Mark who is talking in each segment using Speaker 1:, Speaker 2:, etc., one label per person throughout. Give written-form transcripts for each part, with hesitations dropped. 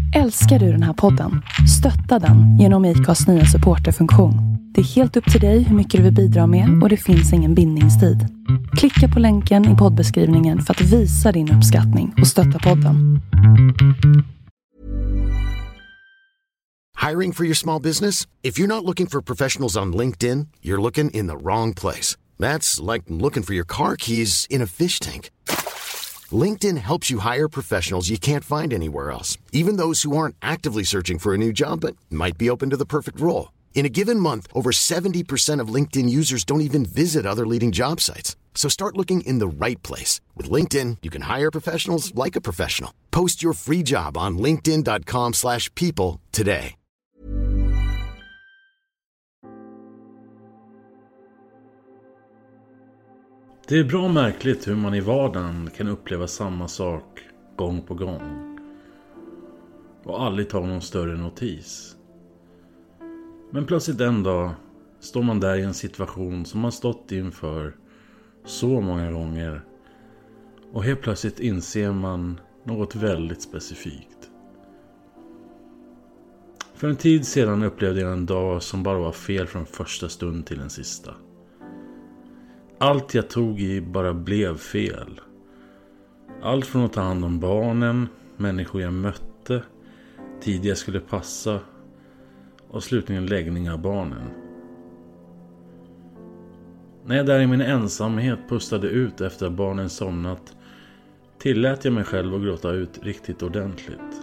Speaker 1: Älskar du den här podden? Stötta den genom IKAs nya supporterfunktion. Det är helt upp till dig hur mycket du vill bidra med och det finns ingen bindningstid. Klicka på länken i poddbeskrivningen för att visa din uppskattning och stötta podden.
Speaker 2: Hiring for your small business? If you're not looking for professionals on LinkedIn, you're looking in the wrong place. That's like looking for your car keys in a fish tank. LinkedIn helps you hire professionals you can't find anywhere else, even those who aren't actively searching for a new job but might be open to the perfect role. In a given month, over 70% of LinkedIn users don't even visit other leading job sites. So start looking in the right place. With LinkedIn, you can hire professionals like a professional. Post your free job on linkedin.com/people today.
Speaker 3: Det är bra märkligt hur man i vardagen kan uppleva samma sak gång på gång och aldrig ta någon större notis. Men plötsligt en dag står man där i en situation som man stått inför så många gånger och helt plötsligt inser man något väldigt specifikt. För en tid sedan upplevde jag en dag som bara var fel från första stund till den sista. Allt jag tog i bara blev fel. Allt från att ta hand om barnen, människor jag mötte, tid jag skulle passa och slutligen läggning av barnen. När jag där i min ensamhet pustade ut efter att barnen somnat tillät jag mig själv att gråta ut riktigt ordentligt.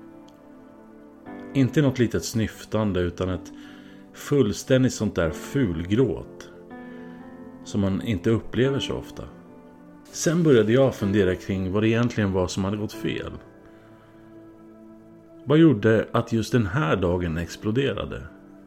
Speaker 3: Inte något litet snyftande utan ett fullständigt sånt där fulgråt som man inte upplever så ofta. Sen började jag fundera kring vad det egentligen var som hade gått fel. Vad gjorde att just den här dagen exploderade?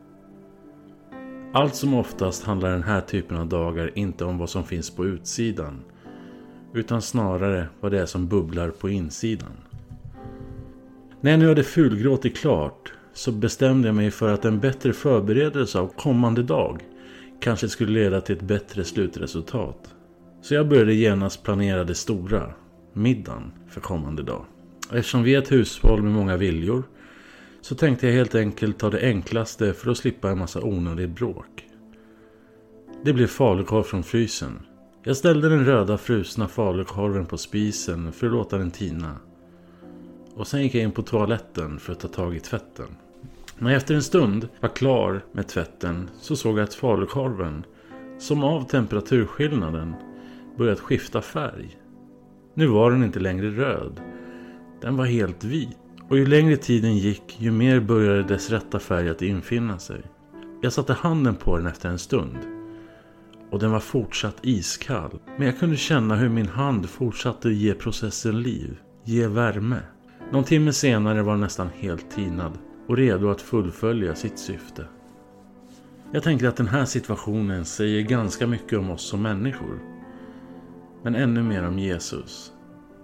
Speaker 3: Allt som oftast handlar den här typen av dagar inte om vad som finns på utsidan, utan snarare vad det är som bubblar på insidan. När jag nu hade fulgråtit klart så bestämde jag mig för att en bättre förberedelse av kommande dag kanske skulle leda till ett bättre slutresultat. Så jag började genast planera det stora, middagen för kommande dag. Eftersom vi är ett hushåll med många viljor så tänkte jag helt enkelt ta det enklaste för att slippa en massa onödigt bråk. Det blev falukorv från frysen. Jag ställde den röda frusna falukorven på spisen för att låta den tina. Och sen gick jag in på toaletten för att ta tag i tvätten. Men efter en stund var klar med tvätten så såg jag att falukorven, som av temperaturskillnaden, börjat skifta färg. Nu var den inte längre röd. Den var helt vit. Och ju längre tiden gick, ju mer började dess rätta färg att infinna sig. Jag satte handen på den efter en stund. Och den var fortsatt iskall. Men jag kunde känna hur min hand fortsatte ge processen liv. Ge värme. Någon timme senare var den nästan helt tinad och redo att fullfölja sitt syfte. Jag tänker att den här situationen säger ganska mycket om oss som människor. Men ännu mer om Jesus.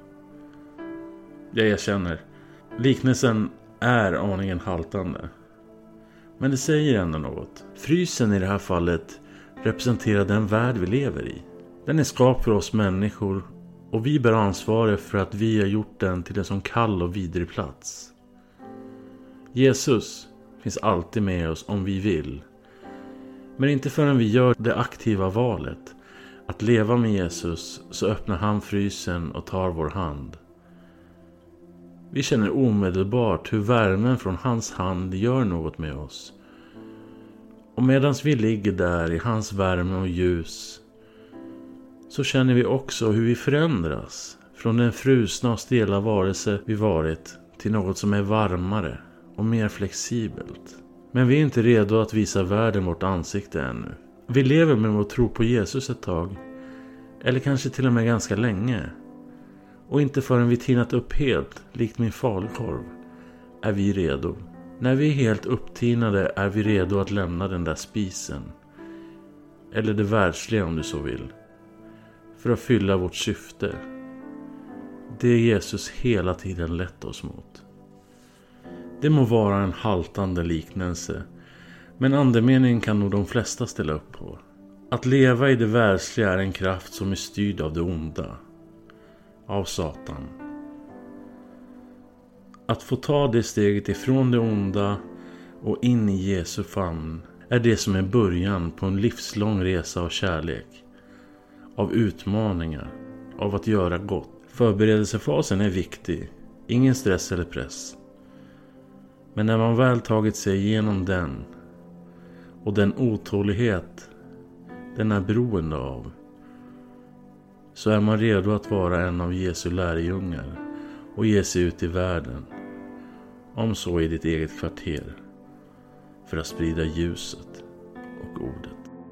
Speaker 3: Jag erkänner, liknelsen är aningen haltande. Men det säger ändå något. Frysen i det här fallet representerar den värld vi lever i. Den är skapt för oss människor och vi bär ansvaret för att vi har gjort den till en sån kall och vidrig plats. Jesus finns alltid med oss om vi vill. Men inte förrän vi gör det aktiva valet att leva med Jesus så öppnar han frysen och tar vår hand. Vi känner omedelbart hur värmen från hans hand gör något med oss. Och medan vi ligger där i hans värme och ljus så känner vi också hur vi förändras från den frusna och stela varelse vi varit till något som är varmare och mer flexibelt. Men vi är inte redo att visa världen vårt ansikte ännu. Vi lever med vår tro på Jesus ett tag, eller kanske till och med ganska länge. Och inte förrän vi tinat upp helt, likt min falukorv, är vi redo. När vi är helt upptinade är vi redo att lämna den där spisen, eller det världsliga om du så vill, för att fylla vårt syfte. Det är Jesus hela tiden lett oss mot. Det må vara en haltande liknelse, men andemeningen kan nog de flesta ställa upp på. Att leva i det världsliga är en kraft som är styrd av det onda, av Satan. Att få ta det steget ifrån det onda och in i Jesu famn är det som är början på en livslång resa av kärlek, av utmaningar, av att göra gott. Förberedelsefasen är viktig, ingen stress eller press. Men när man väl tagit sig igenom den och den otålighet den är beroende av, så är man redo att vara en av Jesu lärjungar och ge sig ut i världen, om så i ditt eget kvarter, för att sprida ljuset och ordet.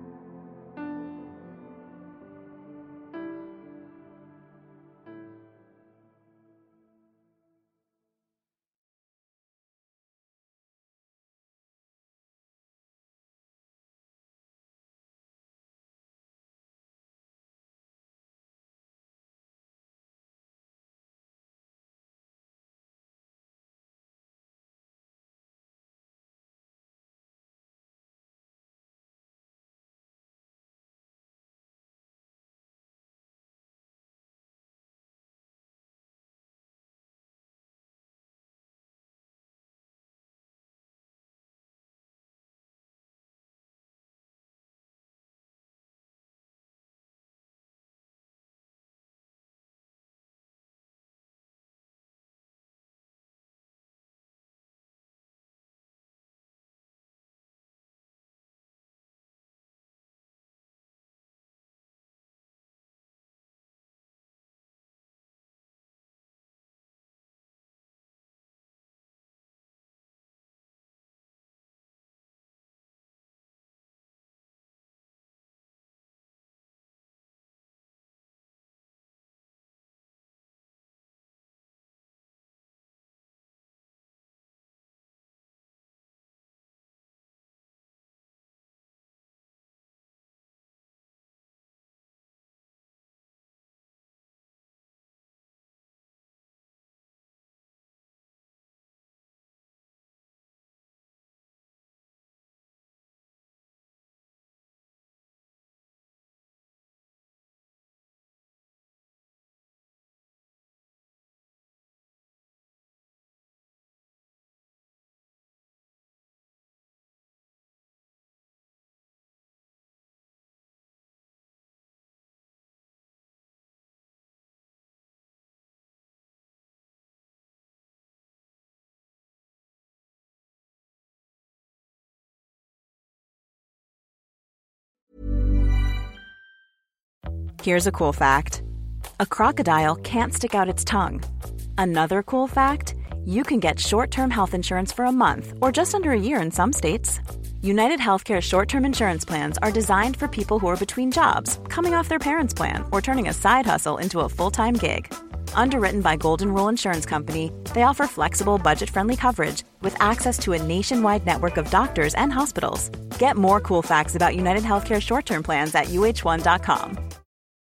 Speaker 4: Here's a cool fact. A crocodile can't stick out its tongue. Another cool fact, you can get short-term health insurance for a month or just under a year in some states. United Healthcare short-term insurance plans are designed for people who are between jobs, coming off their parents' plan, or turning a side hustle into a full-time gig. Underwritten by Golden Rule Insurance Company, they offer flexible, budget-friendly coverage with access to a nationwide network of doctors and hospitals. Get more cool facts about United Healthcare short-term plans at uh1.com.